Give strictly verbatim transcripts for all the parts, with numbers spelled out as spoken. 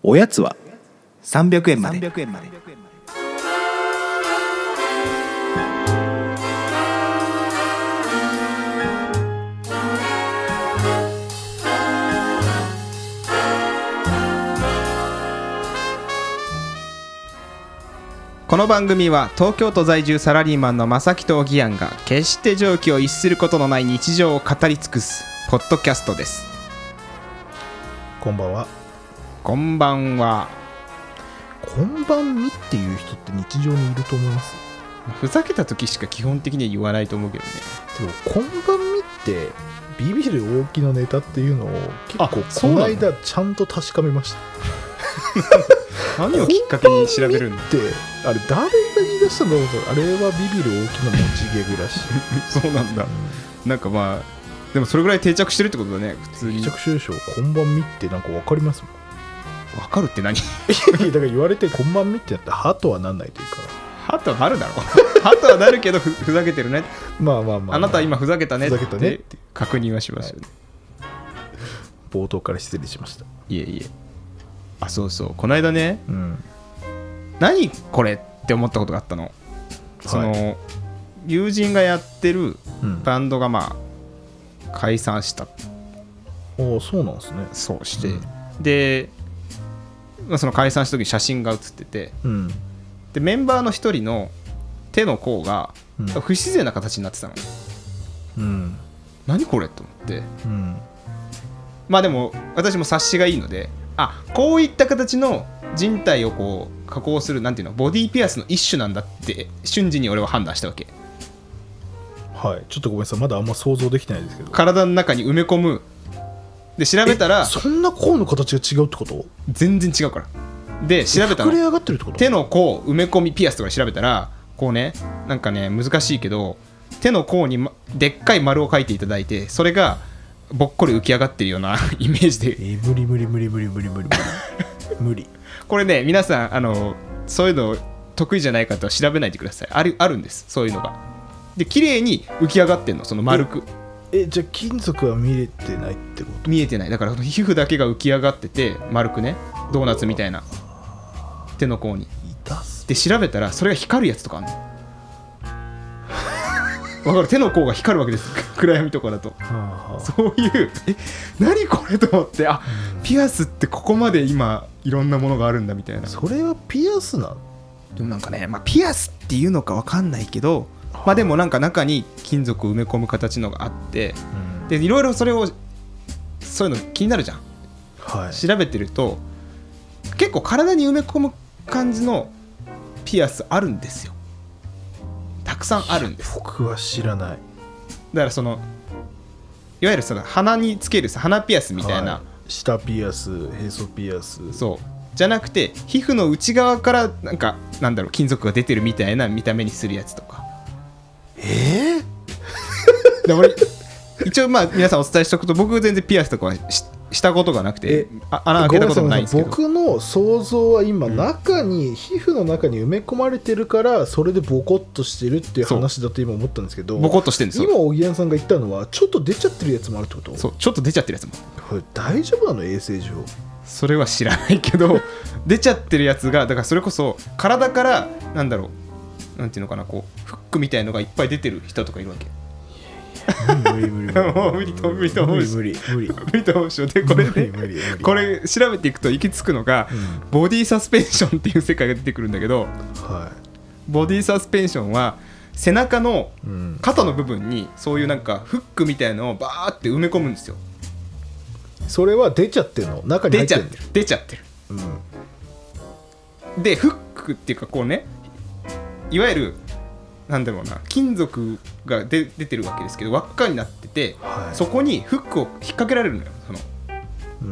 おやつはさんびゃくえんまで。 この番組は東京都在住サラリーマンの正木とおぎやんが決して常軌を逸することのない日常を語り尽くすポッドキャストです。 こんばんは。 こんばんは。 こんばんみっていう人って日常にいると思います？ ふざけた時しか基本的には言わないと思うけどね。 でもこんばんみってビビる大きなネタっていうのを結構この間ちゃんと確かめました。 何をきっかけに調べるんだって。 あれ誰が言い出したんだろうと。あれはビビる大きな持ちギャグらしい。 そうなんだ、うん、なんかまあでもそれぐらい定着してるってことだね。普通に定着してるでしょ。こんばんみってなんか分かりますもん。 分かるって何？だから言われてこんばんみってなったらハとはなんないというか。 ハとはなるだろう。ハとはなるけど ふ, ふざけてるね。 まあまあまあ、まあ、 あなたは今ふざけたねってふざけたねって確認はしますよね、 はい、冒頭から失礼しました。 いえいえ。あ、そうそう、この間ね、 うん、 何これって思ったことがあったの。その、はい、友人がやってるバンドがまあ解散した、 うん、おそうなんですね。 そうして、うん、で、まあ、その解散した時に写真が写ってて、うん、でメンバーの一人の手の甲が不自然な形になってたの、うん、何これと思って、うん、まあでも私も察しがいいので、あ、こういった形の人体をこう加工するなんていうのボディピアスの一種なんだって瞬時に俺は判断したわけ。 はい、ちょっとごめんなさい、まだあんま想像できてないですけど。 体の中に埋め込む。で調べたらそんな甲の形が違うってこと？ 全然違うから。で調べたの、 膨れ上がってるってこと？ 手の甲埋め込みピアスとか調べたらこうね、なんかね難しいけど手の甲に、ま、でっかい丸を描いていただいて、それがぼっこり浮き上がってるようなイメージで、 えー、無理無理無理無理無理無理無理これね、皆さんあのそういうの得意じゃない方は調べないでください。ある、あるんです、そういうのが。で綺麗に浮き上がってんの、その丸く。 ええ、じゃあ金属は見えてないってこと？ 見えてない。だから皮膚だけが浮き上がってて丸くね、ドーナツみたいな手の甲に。で調べたらそれが光るやつとかあるの。わかる？手の甲が光るわけです。暗闇とかだと。はあ、そういうえ何これと思って、あ、うん、ピアスってここまで今いろんなものがあるんだみたいな。 それはピアスなの？ でもなんかね、まあ、ピアスっていうのかわかんないけど、まあ、でもなんか中に金属を埋め込む形のがあって、うん、でいろいろそれをそういうの気になるじゃん、はい、調べてると結構体に埋め込む感じのピアスあるんですよ。たくさんあるんです。 僕は知らない。だからそのいわゆるその鼻につける鼻ピアスみたいな、はい、 下ピアス、へそピアス、 そうじゃなくて皮膚の内側からなんかなんだろう金属が出てるみたいな見た目にするやつとか。 えー、で俺一応まあ皆さんお伝えしておくと、僕全然ピアスとかは し, したことがなくて、あ穴開けたこともないんですけど、 僕の想像は今、うん、中に皮膚の中に埋め込まれてるからそれでボコッとしてるっていう話だと今思ったんですけど、 ボコッとしてるんですよ。 今おぎやんさんが言ったのはちょっと出ちゃってるやつもあるってこと？ そう、ちょっと出ちゃってるやつも。 これ大丈夫なの？衛生上。 それは知らないけど出ちゃってるやつが、だからそれこそ体からなんだろう、なんていうのかな、こうフックみたいのがいっぱい出てる人とかいるわけ。 無理無理無理もう無理と無理と思うし、 無理無理無理と思うし。でこれね、これ調べていくと行き着くのが、うん、ボディサスペンションっていう世界が出てくるんだけど、はい、ボディサスペンションは背中の肩の部分にそういうなんかフックみたいのをバーって埋め込むんですよ。 それは出ちゃってるの？中に入ってる？ 出ちゃってる、うん、でフックっていうかこうね、いわゆるなんだろうな、金属が出てるわけですけど輪っかになってて、はい、そこにフックを引っ掛けられるのよ。その、うん、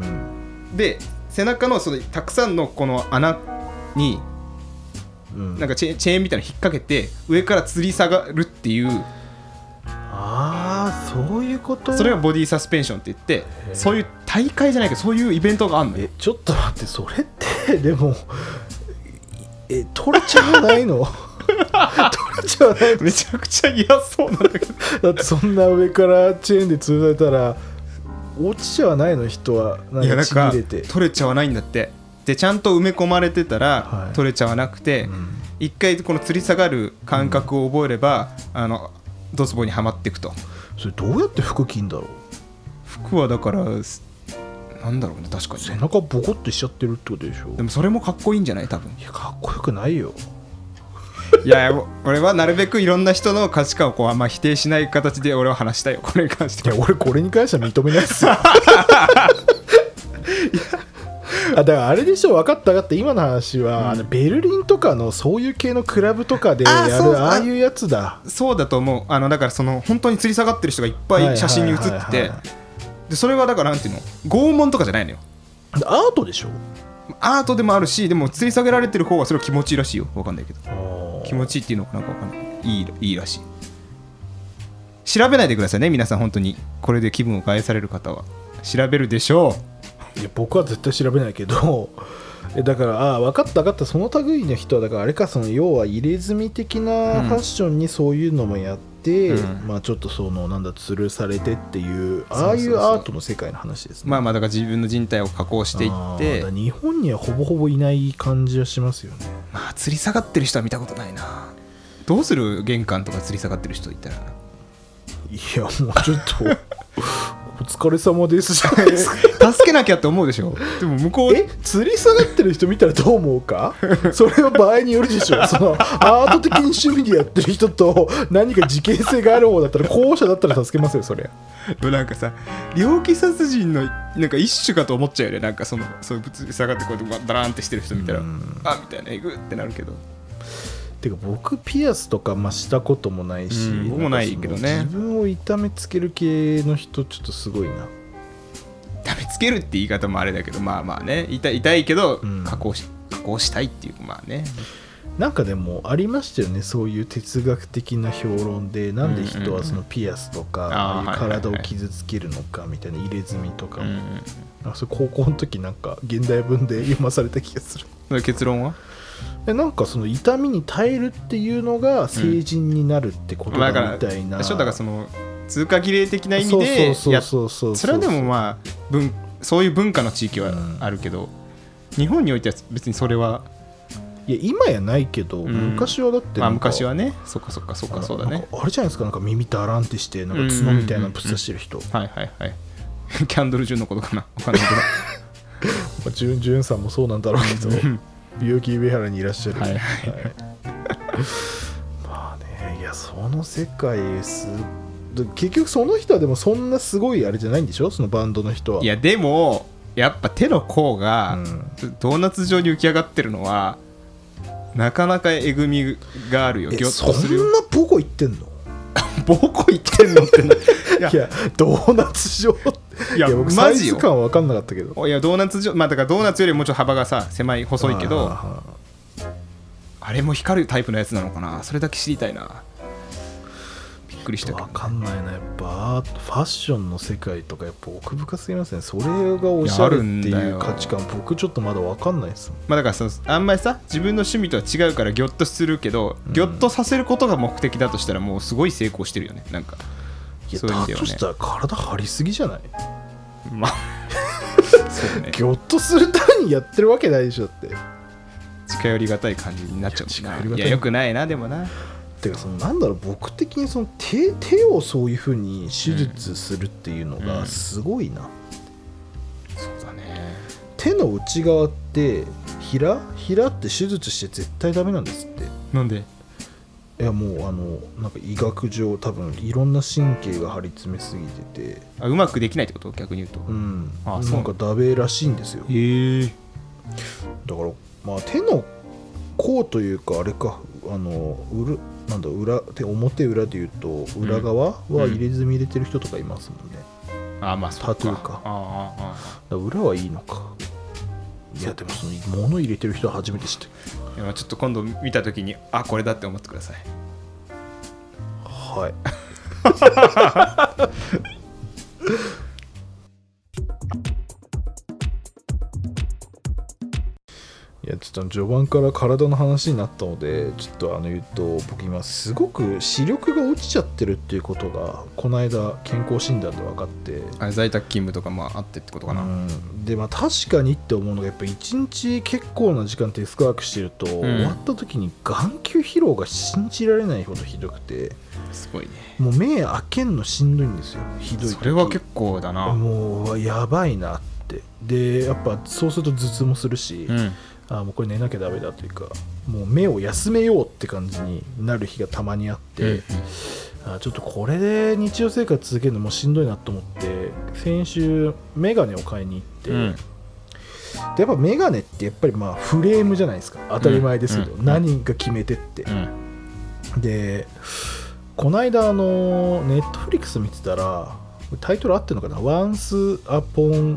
で背中のそのたくさんのこの穴に、うん、なんかチェ、チェーンみたいなの引っ掛けて上から吊り下がるっていう。 ああ、そういうこと。 それがボディサスペンションって言って、そういう大会じゃないけどそういうイベントがあるのよ。 え、ちょっと待って、それってでもえ取れちゃわないの？取れちゃわないの？ めちゃくちゃ嫌そうなんだけどだってそんな上からチェーンで吊られたら落ちちゃわないの？人はなんかちぎれて。 いや、なんか取れちゃわないんだって。 でちゃんと埋め込まれてたら、 はい、 取れちゃわなくて、うん、一回この吊り下がる感覚を覚えれば、うん、あのドツボにはまっていくと。 それどうやって服着んだろう。 服はだからなんだろうね、確かに、ね、 背中ボコッとしちゃってるってことでしょ。 でもそれもかっこいいんじゃない？多分。 いやかっこよくないよ。 いや俺はなるべくいろんな人の価値観をこうあんま否定しない形で俺は話したいよ、これに関しては。 いや俺これに関しては認めないですよ。あだからあれでしょ、分かった分かった、今の話は、うん、あのベルリンとかのそういう系のクラブとかでやる あ, ああいうやつだ。 そうだと思う。あのだからその本当に吊り下がってる人がいっぱい写真に写ってて、でそれはだからなんていうの、拷問とかじゃないのよ。 アートでしょ。 アートでもあるし、でも吊り下げられてる方はそれは気持ちいいらしいよ。分かんないけど気持ちいいっていうのかなんか分かんない、いい、いいらしい。調べないでくださいね皆さん、本当にこれで気分を害される方は調べるでしょう。いや僕は絶対調べないけどだからああ分かった分かった、その類の人はだからあれか、その要は入れ墨的なファッションにそういうのもやって、うん、まあちょっとそのなんだ吊るされてっていう、ああいうアートの世界の話ですね。 まあまあだから自分の人体を加工していって、 日本にはほぼほぼいない感じはしますよね。 まあ吊り下がってる人は見たことないな。どうする？玄関とか吊り下がってる人いたら。 いやもうちょっとお疲れ様ですじゃないですか。 助けなきゃって思うでしょ。でも向こうえ吊り下がってる人見たらどう思うか。それは場合によるでしょ。そのアート的に趣味でやってる人と何か事件性がある方だったら、後者だったら助けますよそりゃ。 なんかさ、猟奇殺人のなんか一種かと思っちゃうよね。なんかそのそういう吊り下がってこうやってダラーンってしてる人見たら、あみたいな、えぐってなるけど。 てか僕ピアスとかましたこともないし、 うん、僕もないけどね。 自分を痛めつける系の人ちょっとすごいな。 痛めつけるって言い方もあれだけど、まあまあね、痛い、痛いけど加工し、加工したいっていう、まあね。 なんかでもありましたよね、そういう哲学的な評論で、なんで人はそのピアスとか、うんうんうん、ああいう体を傷つけるのかみたいな、入れ墨とかも、うんうん、なんかそれ高校の時なんか現代文で読まされた気がする。 結論はなんかその痛みに耐えるっていうのが成人になるってことだみたいな、 うん、だからその通過儀礼的な意味で、それはでもまあ文そういう文化の地域はあるけど、うん、日本においては別にそれはいや今やないけど、うん、昔はだってまあ昔はね、そっかそっかそっか、そうだね。 あれじゃないですか、なんか耳だらんってしてなんか角みたいなのぶっ刺してる人、 うんうんうん、はいはいはいキャンドル・ジュンのことかな、分かんないけどジュン・ジュンさんもそうなんだろうけど美容器上原にいらっしゃる、はいはいはい、まあね、いやその世界す結局その人はでもそんなすごいあれじゃないんでしょ、そのバンドの人は。 いやでもやっぱ手の甲がドーナツ状に浮き上がってるのは、うん、なかなかえぐみがあるよ。 ギョッとするよ。そんなボコいってんのボコいってんのってないや, いやドーナツ状いや僕サイズ感は分かんなかったけど、 いやドーナツ状、まあだからドーナツよりもちょっと幅がさ狭い細いけど、 あ, あれも光るタイプのやつなのかな、それだけ知りたいな。びっくりしたけど、ね、 分かんないな。やっぱファッションの世界とかやっぱ奥深すぎますね。それがおしゃれっていう価値観、僕ちょっとまだ分かんないですもん。 まあだからそのあんまりさ自分の趣味とは違うからギョッとするけど、うん、ギョッとさせることが目的だとしたらもうすごい成功してるよね。なんかいやそういう意味ではね、だとしたら体張りすぎじゃないまあそうね、 ギョッとするためにやってるわけないでしょって。 近寄りがたい感じになっちゃうしな。いやよくないな。でもな、 てかそのなんだろう、僕的にその 手, 手をそういう風に手術するっていうのがすごいな、うんうん、 そうだね。 手の内側って平平って手術して絶対ダメなんですって。 なんで？ いやもうあのなんか医学上多分いろんな神経が張り詰めすぎてて、 あうまくできないってこと？逆に言うと、 うん、あなんかダメらしいんですよ。 へえ。 だからまあ手の甲というかあれか、あの裏なんだ裏手表裏でいうと裏側は入れ墨入れてる人とかいますもんね、 うん、あまあタトゥーか。 あああ裏はいいのか。いやでもその物入れてる人は初めて知って。 いやちょっと今度見たときにあこれだって思ってください。 はいいやちょっと序盤から体の話になったのでちょっとあの言うと僕今すごく視力が落ちちゃってるっていうことがこの間健康診断で分かって、 あれ在宅勤務とかまああってってことかな、 うん、でまあ確かにって思うのがやっぱいちにち結構な時間デスクワークしてると、うん、終わった時に眼球疲労が信じられないほどひどくてすごいね、 もう目開けんのしんどいんですよ。ひどい時それは結構だな。 もうやばいなってでやっぱそうすると頭痛もするし、うん、あもうこれ寝なきゃダメだというかもう目を休めようって感じになる日がたまにあって、うんうん、あちょっとこれで日常生活続けるのもしんどいなと思って先週メガネを買いに行って、うん、でやっぱメガネってやっぱりまあフレームじゃないですか。当たり前ですけど、うん、何か決めてって、うん、でこの間あのネットフリックス見てたらタイトル合ってるのかな Once Upon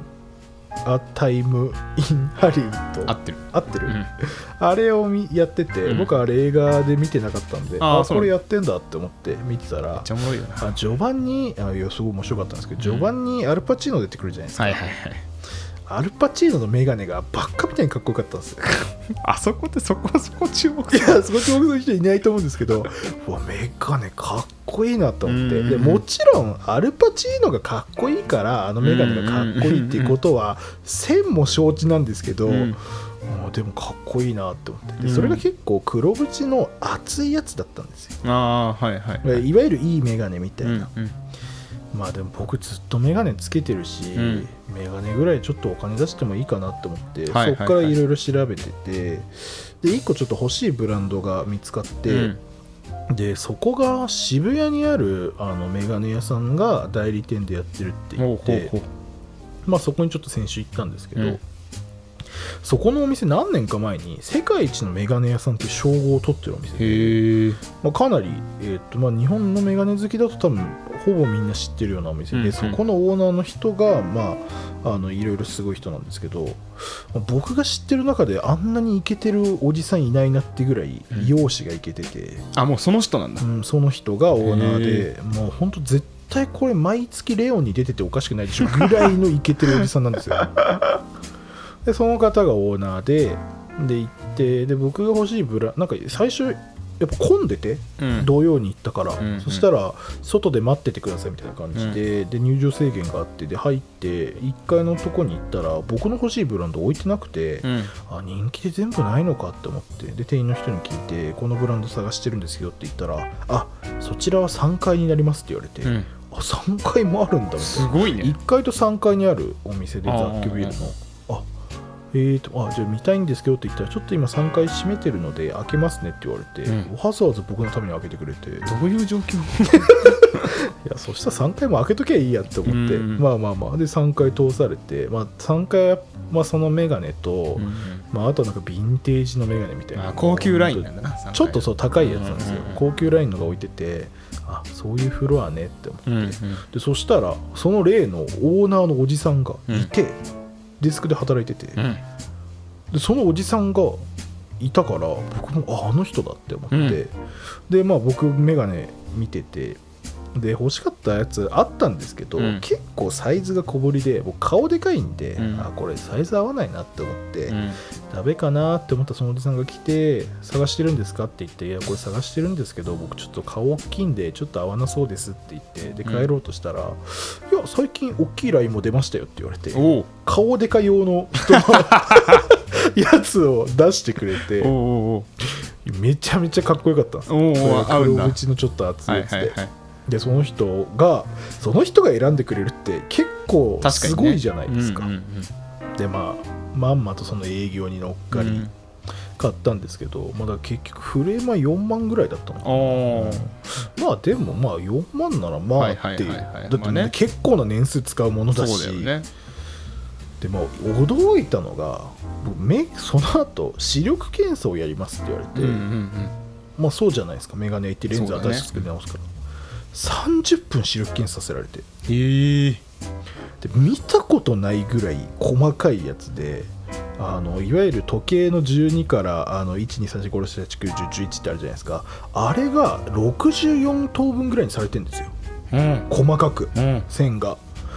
a Time in Hollywood 合ってる合ってる、 うん、 あれをやってて、うん、僕はあれ映画で見てなかったんで、ああこれやってんだって思って見てたらめっちゃおもろいよな。 序盤にあいやすごい面白かったんですけど、うん、序盤にアルパチーノ出てくるじゃないですか、 はいはいはい、 アルパチーノのメガネがバッカみたいにかっこよかったんですよあそこってそこそこ注目いやそこ注目する人いないと思うんですけどうわメガネかっこいいなと思って、でもちろんアルパチーノがかっこいいからあのメガネがかっこいいっていうことは線も承知なんですけど、うんもうでもかっこいいなって思ってでそれが結構黒縁の厚いやつだったんですよ。 あ、はいはいはい、 いわゆるいいメガネみたいな、 うんうん、 まあでも僕ずっとメガネつけてるし、うん、メガネぐらいちょっとお金出してもいいかなって思って、はいはいはい、そこからいろいろ調べててでいっこちょっと欲しいブランドが見つかって、うんでそこが渋谷にあるあのメガネ屋さんが代理店でやってるって言って、ほうほうほう、まあ、そこにちょっと先週行ったんですけど、うん、そこのお店何年か前に世界一のメガネ屋さんっていう称号を取ってるお店で、へー、まあ、かなり、えーとまあ、日本のメガネ好きだと多分ほぼみんな知ってるようなお店で、うんうん、そこのオーナーの人が、まあ、あのいろいろすごい人なんですけど、僕が知ってる中であんなにイケてるおじさんいないなってぐらい美容師がイケてて、うん、 あもうその人なんだ、 うん、その人がオーナーでもう本当絶対これ毎月レオンに出てておかしくないでしょぐらいのイケてるおじさんなんですよでその方がオーナーでで行ってで僕が欲しいブラなんか最初やっぱ混んでて、うん、土曜に行ったから、うんうん、そしたら外で待っててくださいみたいな感じで、うん、で入場制限があってで入っていっかいのとこに行ったら僕の欲しいブランド置いてなくて、うん、あ人気で全部ないのかって思ってで店員の人に聞いてこのブランド探してるんですよって言ったらあそちらはさんかいになりますって言われて、うん、あさんかいもあるんだみたいなすごいねいっかいとさんかいにあるお店で雑居ビルのあえーと、あじゃあ見たいんですけどって言ったらちょっと今さんかい閉めてるので開けますねって言われて、うん、わざわざ僕のために開けてくれてどういう状況いやそしたらさんかいも開けときゃいいやって思って、うん、まあまあまあでさんかい通されて、まあ、さんかい、まあ、そのメガネと、うんまあ、あとなんかヴィンテージのメガネみたいな高級ラインなんだなちょっとそう高いやつなんですよ、うんうん、高級ラインのが置いててあそういうフロアねって思って、うんうん、でそしたらその例のオーナーのおじさんがいて、うんデスクで働いてて、うん、でそのおじさんがいたから僕も あ, あの人だって思って、うん、でまあ僕メガネ見ててで欲しかったやつあったんですけど、うん、結構サイズが小ぶりで僕顔でかいんで、うん、あこれサイズ合わないなって思って、うん、ダメかなって思ったそのおじさんが来て探してるんですかって言っていやこれ探してるんですけど僕ちょっと顔大きいんでちょっと合わなそうですって言ってで帰ろうとしたら、うん、いや最近大きいラインも出ましたよって言われて顔でか用の人のやつを出してくれておうおうおうめちゃめちゃかっこよかったんですよ黒縁のちょっと厚いやつで、はいはいはいでその人がその人が選んでくれるって結構すごいじゃないですか、ねうんうんうん、でまあまんまとその営業に乗っかり買ったんですけど、うん、まだ結局フレームはよんまんぐらいだったのかな、うん、まあでもまあよんまんならまあっていう、はいはいはいはい、だって、ねまあね、結構な年数使うものだしそうだよねでも驚いたのが目その後視力検査をやりますって言われて、うんうんうん、まあそうじゃないですかメガネ行ってレンズ新しく作り直すからさんじゅっぷん視力検査させられて、 えー、 で見たことないぐらい細かいやつであのいわゆる時計のじゅうにからあのいちにさんよんごろくななはちきゅうじゅうじゅういちってあるじゃないですかあれがろくじゅうよん等分ぐらいにされてるんですよ、うん、細かく、うん、線が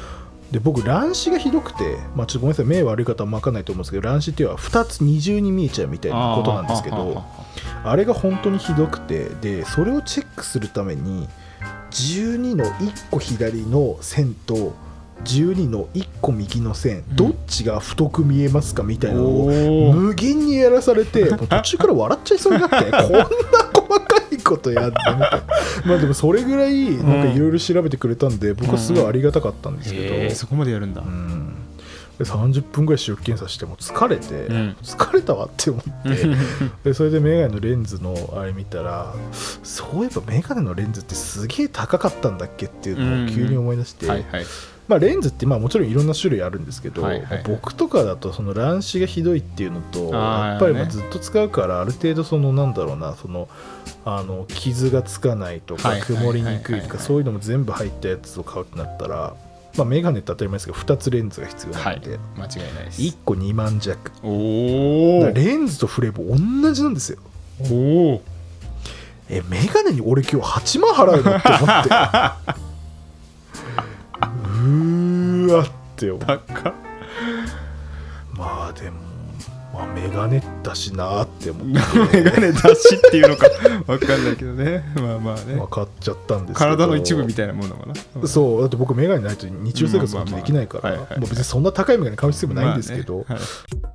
で僕乱視がひどくて、まあ、ちょっとごめんなさい目悪い方は分かんないと思うんですけど、乱視っていうのはふたつ二重に見えちゃうみたいなことなんですけど、あれが本当にひどくて、でそれをチェックするためにじゅうにのいっこ左の線とじゅうにのいっこ右の線、うん、どっちが太く見えますかみたいなのを無限にやらされて、もう途中から笑っちゃいそうになってこんな細かいことやってみたいな。まあでもそれぐらいなんかいろいろ調べてくれたんで、僕はすごいありがたかったんですけど、 うんうん、そこまでやるんだ。 うんでさんじゅっぷんぐらい視力検査しても疲れて、うん、疲れたわって思ってでそれでメガネのレンズのあれ見たら、そういえばメガネのレンズってすげえ高かったんだっけっていうのを急に思い出して、うんはいはい、まあ、レンズってまあもちろんいろんな種類あるんですけど、はいはいはい、僕とかだとその乱視がひどいっていうのと、やっぱりまあずっと使うからある程度そのなんだろうな、そのあの傷がつかないとか曇りにくいとかそういうのも全部入ったやつを買うってなったら、まあ、メガネって当たり前ですけどふたつレンズが必要なので、 はい、間違いないです。 いっこにまん弱。 おー、 レンズとフレーム同じなんですよ。 おー、 えメガネに俺今日はちまん払うのって思ってうーわって思って、まあでも、まあ、メガネだしなって思ってメガネだしっていうのか分かんないけどね、まあまあね、 分かっちゃったんですけど、 体の一部みたいなものかな。 そうだって僕メガネないと日常生活もできないから、もう別にそんな高いメガネ買う必要もないんですけど、まあね、はい、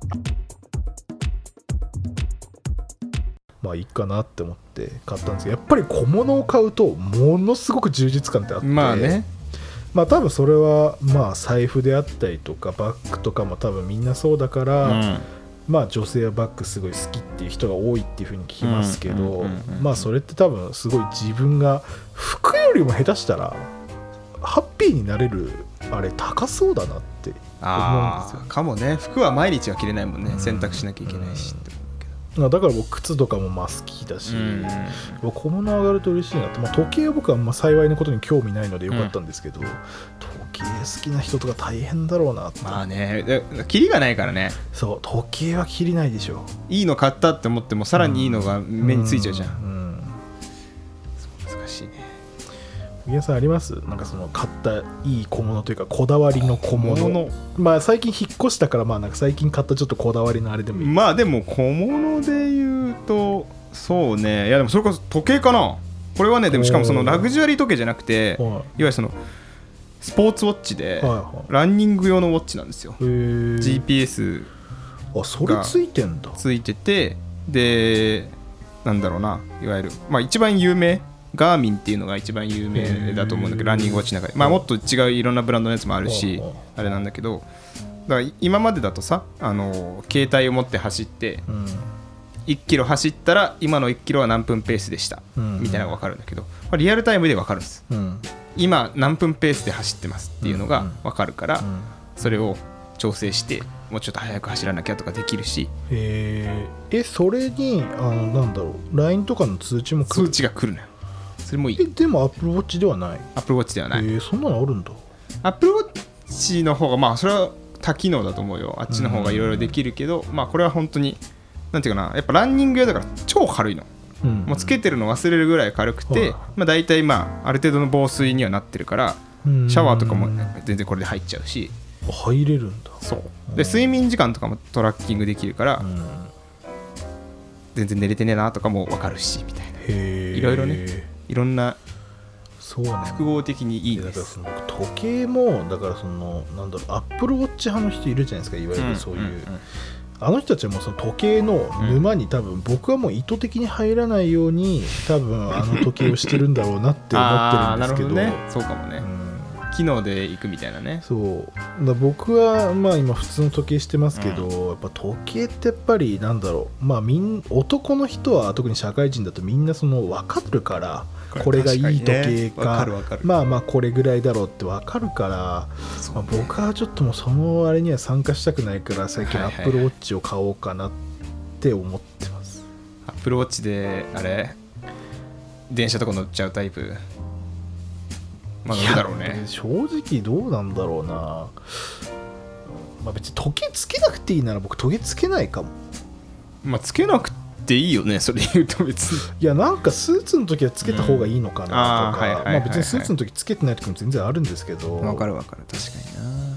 まあいいかなって思って買ったんですけど、やっぱり小物を買うとものすごく充実感ってあって、 まあね、 まあ多分それはまあ財布であったりとかバッグとかも多分みんなそうだから、うん、まあ女性はバッグすごい好きっていう人が多いっていう風に聞きますけど、まあそれって多分すごい自分が服よりも下手したらハッピーになれるあれ高そうだなって思うんですよ。 あかもね、服は毎日は着れないもんね、うん、洗濯しなきゃいけないしって思うけど、 だから僕靴とかもまあ好きだし、うん、小物上がると嬉しいなって、まあ、時計は僕はまあ幸いなことに興味ないのでよかったんですけど、うん、時計好きな人とか大変だろうなって。まあね、キリがないからね。 そう時計はキリないでしょ。いいの買ったって思ってもさらにいいのが目についちゃうじゃん、うんうんうん、難しいね。 皆さんあります？なんかその買ったいい小物というかこだわりの小物。小物まあ最近引っ越したから、まあなんか最近買ったちょっとこだわりのあれでもいい。 まあでも小物で言うとそうね、いやでもそれこそ時計かな。これはねでもしかもそのラグジュアリー時計じゃなくて、いわゆるそのスポーツウォッチでランニング用のウォッチなんですよ。ジーピーエスあそれついてんだ。 ついてて、でなんだろうな、いわゆるまあ一番有名ガーミンっていうのが一番有名だと思うんだけど、ランニングウォッチの中で、まあ、もっと違ういろんなブランドのやつもあるしあれなんだけど、だから今までだとさ、あの携帯を持って走って、うん、いっキロ走ったら今のいっキロは何分ペースでした、うん、みたいなのが分かるんだけど、リアルタイムで分かるんです、うん、今何分ペースで走ってますっていうのが分かるから、うんうん、それを調整してもうちょっと速く走らなきゃとかできるし。 へえ、それにあのなんだろう ライン とかの通知も来る。 通知が来るのよ。それもいい。 えでも Apple Watch ではない。 Apple Watch ではない。 えー、そんなのあるんだ。 Apple Watch の方がまあそれは多機能だと思うよ。あっちの方がいろいろできるけど、まあこれは本当になんていうかな、やっぱランニング用だから超軽いの、うん、もうつけてるの忘れるぐらい軽くて、まあ、大体まあある程度の防水にはなってるから、シャワーとかも全然これで入っちゃうし。 入れるんだ。 そうで睡眠時間とかもトラッキングできるから、うん、全然寝れてねえなとかも分かるしみたいな。 へいろいろね、いろんなそうなん複合的にいいです。 だからその時計もだからそのなんだろう、アップルウォッチ派の人いるじゃないですか、いわゆるそういう、うんうんうん、あの人たちはもうその時計の沼に多分僕はもう意図的に入らないように多分あの時計をしてるんだろうなって思ってるんですけど。 なるほどね、そうかもね、うん、機能でいくみたいなね。 そうだ僕はまあ今普通の時計してますけど、うん、やっぱ時計ってやっぱりなんだろう、まあみん男の人は特に社会人だとみんなその分かるから、これがいい時計か、ね、まあまあこれぐらいだろうって分かるから、ね、まあ、僕はちょっともうそのあれには参加したくないから最近アップルウォッチを買おうかなって思ってます。 アップルウォッチであれ電車とか乗っちゃうタイプ。まあ、乗るだろうね。 正直どうなんだろうな、まあ、別に時計つけなくていいなら僕時計つけないかも。 まあつけなくていいよね、それ言うと別に。 いやなんかスーツの時はつけた方がいいのかなとか、まあ別にスーツの時つけてない時も全然あるんですけど。 わかるわかる、確かにな。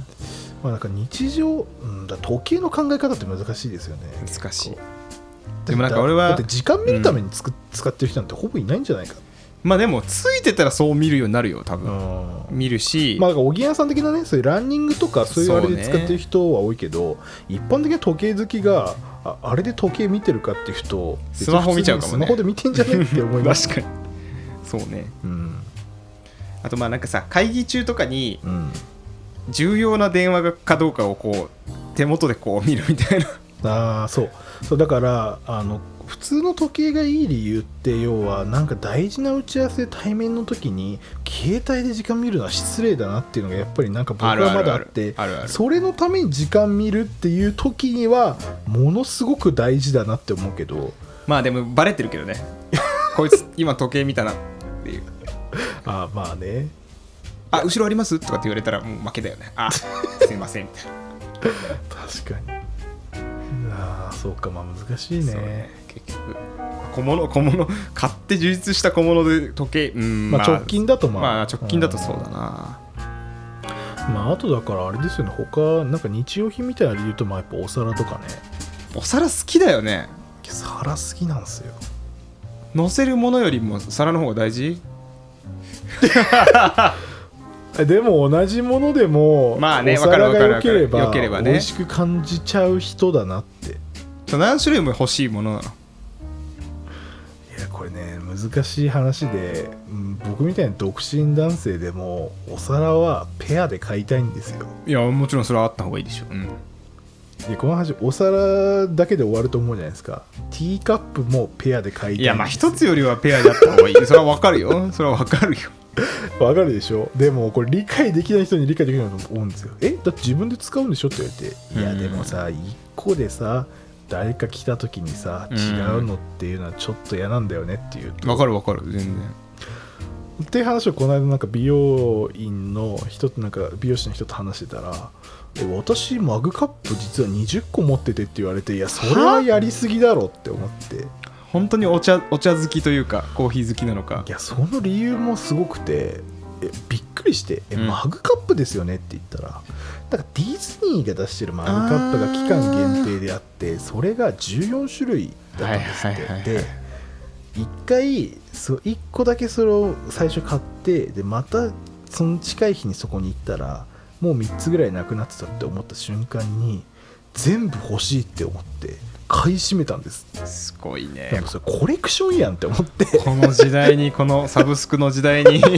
まあ、なんか日常、うん、だ時計の考え方って難しいですよね。 難しい。でもなんか俺はだって時間見るためにつく、うん、使ってる人なんてほぼいないんじゃないか。 まあでもついてたらそう見るようになるよ多分、うん、見るし、 まあおぎやさん的なね、そういうランニングとかそういうあれで使ってる人は多いけど、ね、一般的な時計好きが あ, あれで時計見てるかっていう人、 スマホ見ちゃうかもね。 スマホで見てんじゃねって思います。 確かにそうね、 うん、 あとまあなんかさ、会議中とかに重要な電話かどうかをこう手元でこう見るみたいな。あ、そうそうだからあの普通の時計がいい理由って、要はなんか大事な打ち合わせ対面の時に携帯で時間見るのは失礼だなっていうのがやっぱりなんか僕はまだあって、それのために時間見るっていう時にはものすごく大事だなって思うけど、 まあでもバレてるけどねこいつ今時計見たなっていうあ、まあね、 あ、後ろありますとかって言われたらもう負けだよね。あ、すいませんみたいな確かに。ああ、そうか、まあ難しい ね, ね結局小物小物買って充実した小物で時計、うん、 まあ、直近だとまあ、 まあ、直近だとそうだな。 まああとだからあれですよね、他なんか日用品みたいな理由と、まあやっぱお皿とかね。 お皿好きだよね。 皿好きなんですよ。 乗せるものよりも皿の方が大事でも同じものでも、まあね、お皿が良ければ美味しく感じちゃう人だなって。 何種類も欲しいものなの。いやこれね難しい話で、うん、僕みたいな独身男性でもお皿はペアで買いたいんですよ。 いやもちろんそれはあった方がいいでしょ、うん、 でこの話お皿だけで終わると思うじゃないですか。ティーカップもペアで買いたいんですよ。 いやまあ一つよりはペアだった方がいいそれは分かるよそれは分かるよわかるでしょ。でもこれ理解できない人に理解できないと思うんですよ。えだって自分で使うんでしょって言われて、いやでもさいっこでさ誰か来た時にさ違うのっていうのはちょっと嫌なんだよねっていうと、 わかるわかる全然っていう話をこの間なんか美容院の人となんか美容師の人と話してたら、え私マグカップ実はにじゅっこ持っててって言われて、いやそれはやりすぎだろって思って。 本当にお茶、お茶好きというかコーヒー好きなのか。 いやその理由もすごくて、えびっくりしてえ、うん、マグカップですよねって言ったら、だからディズニーが出してるマグカップが期間限定であって、それがじゅうよんしゅるいだったんですって、はいはいはいはい、でいっかいそいっこだけそれを最初買って、でまたその近い日にそこに行ったらもうみっつぐらいなくなってたって思った瞬間に全部欲しいって思って買い占めたんです。 すごいね。 なんかそれコレクションやんって思ってこの時代にこのサブスクの時代に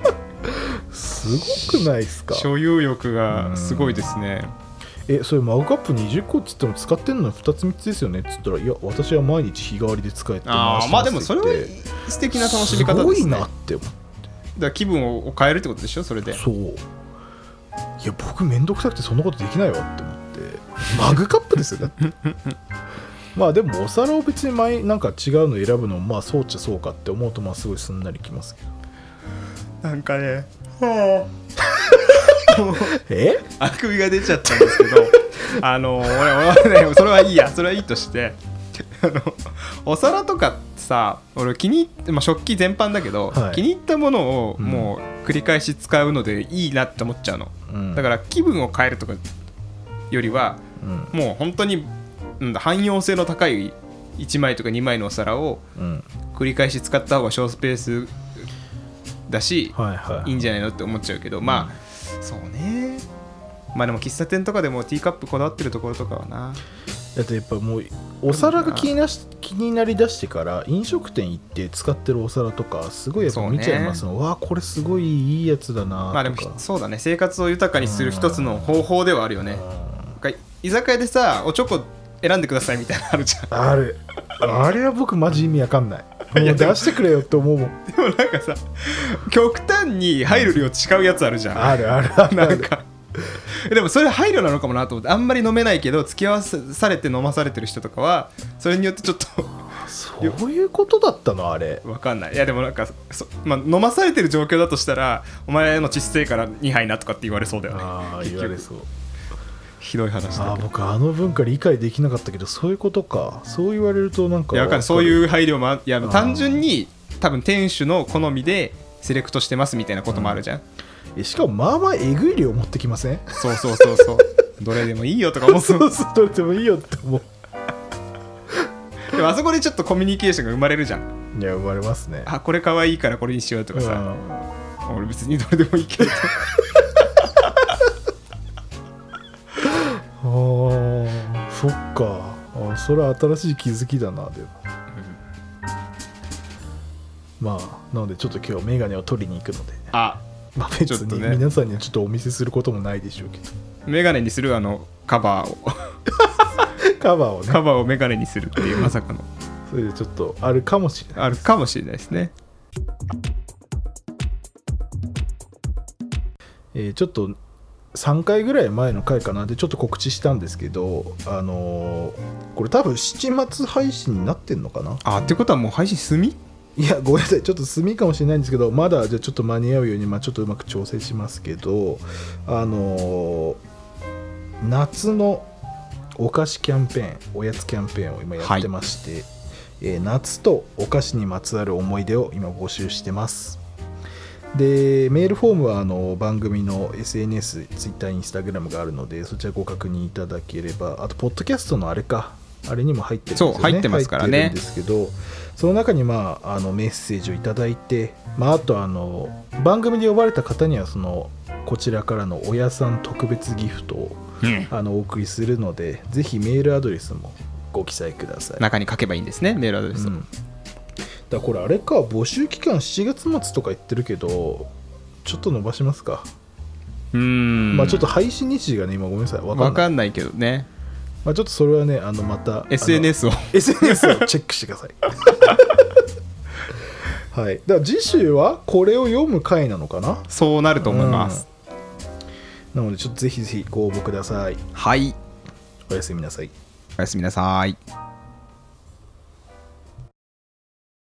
すごくないですか。 所有欲がすごいですね。 えそれマグカップにじゅっこっつっても使ってんのふたつみっつですよねっつったら、いや私は毎日日替わりで使えてますって。あまあでもそれは素敵な楽しみ方ですね。 すごいなって思って。 だから気分を変えるってことでしょそれで。 そう。いや僕めんどくさくてそんなことできないわって思って。マグカップですよねまあでもお皿を別に前なんか違うの選ぶのもまあそうっちゃそうかって思うと、まあすごいすんなりきますけど、なんかねはあえあくびが出ちゃったんですけどあの俺俺ねそれはいいやそれはいいとしてあのお皿とかさ俺気に入って、まあ、食器全般だけど、はい、気に入ったものをもう繰り返し使うのでいいなって思っちゃうの、うん、だから気分を変えるとかよりは、うん、もう本当に、うん、汎用性の高いいちまいとかにまいのお皿を繰り返し使った方が小スペースだし、はいはいはい、いいんじゃないのって思っちゃうけど、うん、まあそうね。まあでも喫茶店とかでもティーカップこだわってるところとかはな。 だってやっぱもうお皿が気になし気になりだしてから飲食店行って使ってるお皿とかすごいやっぱ見ちゃいますの、ね、わあこれすごいいいやつだなとか。 まあでもそうだね、生活を豊かにする一つの方法ではあるよね。居酒屋でさおチョコ選んでくださいみたいなのあるじゃん。 あるあれは僕マジ意味わかんない。もう出してくれよって思うもん。 でもなんかさ極端に入る量違うやつあるじゃん、 うん、あるあるあるなんかでもそれ配慮なのかもなと思って、あんまり飲めないけど付き合わされて飲まされてる人とかはそれによってちょっとそういうことだったのあれわかんない。いやでもなんかそ、まあ、飲まされてる状況だとしたらお前のちっせえからにはいなとかって言われそうだよね。 ああ言われそう。 ひどい話だけど。 あ僕あの文化理解できなかったけどそういうことか。そう言われるとなんかいやわかんない。そういう配慮もあいや単純に多分店主の好みでセレクトしてますみたいなこともあるじゃん、 うん、しかもまあまあえぐい量持ってきません？ そうそうそうそうどれでもいいよとか思うそうそうどれでもいいよって思う。 でもあそこでちょっとコミュニケーションが生まれるじゃん。 いや生まれますね。 あこれ可愛いからこれにしようとかさ、 うん、 俺別にどれでもいいけどあーそっか、あそれは新しい気づきだな。でも、うん、まあなのでちょっと今日はメガネを取りに行くので、 あまあ別に皆さんにはちょっとお見せすることもないでしょうけど、 メガネにするあのカバーをカバーをねカバーをメガネにするっていうまさかのそれでちょっとあるかもしれない。 あるかもしれないですね。 えー、ちょっとさんかいぐらい前の回かなでちょっと告知したんですけど、あのー、これ多分しちがつ配信になってんのかな。 あってことはもう配信済み？ いやごめんなさい、ちょっと済みかもしれないんですけど、まだじゃあちょっと間に合うように、まあ、ちょっとうまく調整しますけど、あのー、夏のお菓子キャンペーン、おやつキャンペーンを今やってまして、はい、えー、夏とお菓子にまつわる思い出を今募集してます。でメールフォームはあの番組の エスエヌエス、ツイッター、インスタグラムがあるのでそちらご確認いただければ、あとポッドキャストのあれかあれにも入ってるんですよね。 そう入ってますからね。 入ってるんですけど、その中に、まあ、あのメッセージをいただいて、まあ、あとあの番組で呼ばれた方にはそのこちらからの親さん特別ギフトを、うん、あのお送りするので、ぜひメールアドレスもご記載ください。 中に書けばいいんですね、メールアドレスを、うん、 だこれあれか、募集期間しちがつ末とか言ってるけどちょっと伸ばしますか。 うーん、 まあちょっと配信日時がね今ごめんなさい分かんない、 分かんないけどね、 まあ、ちょっとそれはねあのまたエスエヌエス をエスエヌエス をチェックしてくださいはい、だから次週はこれを読む回なのかな。 そうなると思います、 うん、なのでちょっとぜひぜひご応募ください。 はい、 おやすみなさい。 おやすみなさい。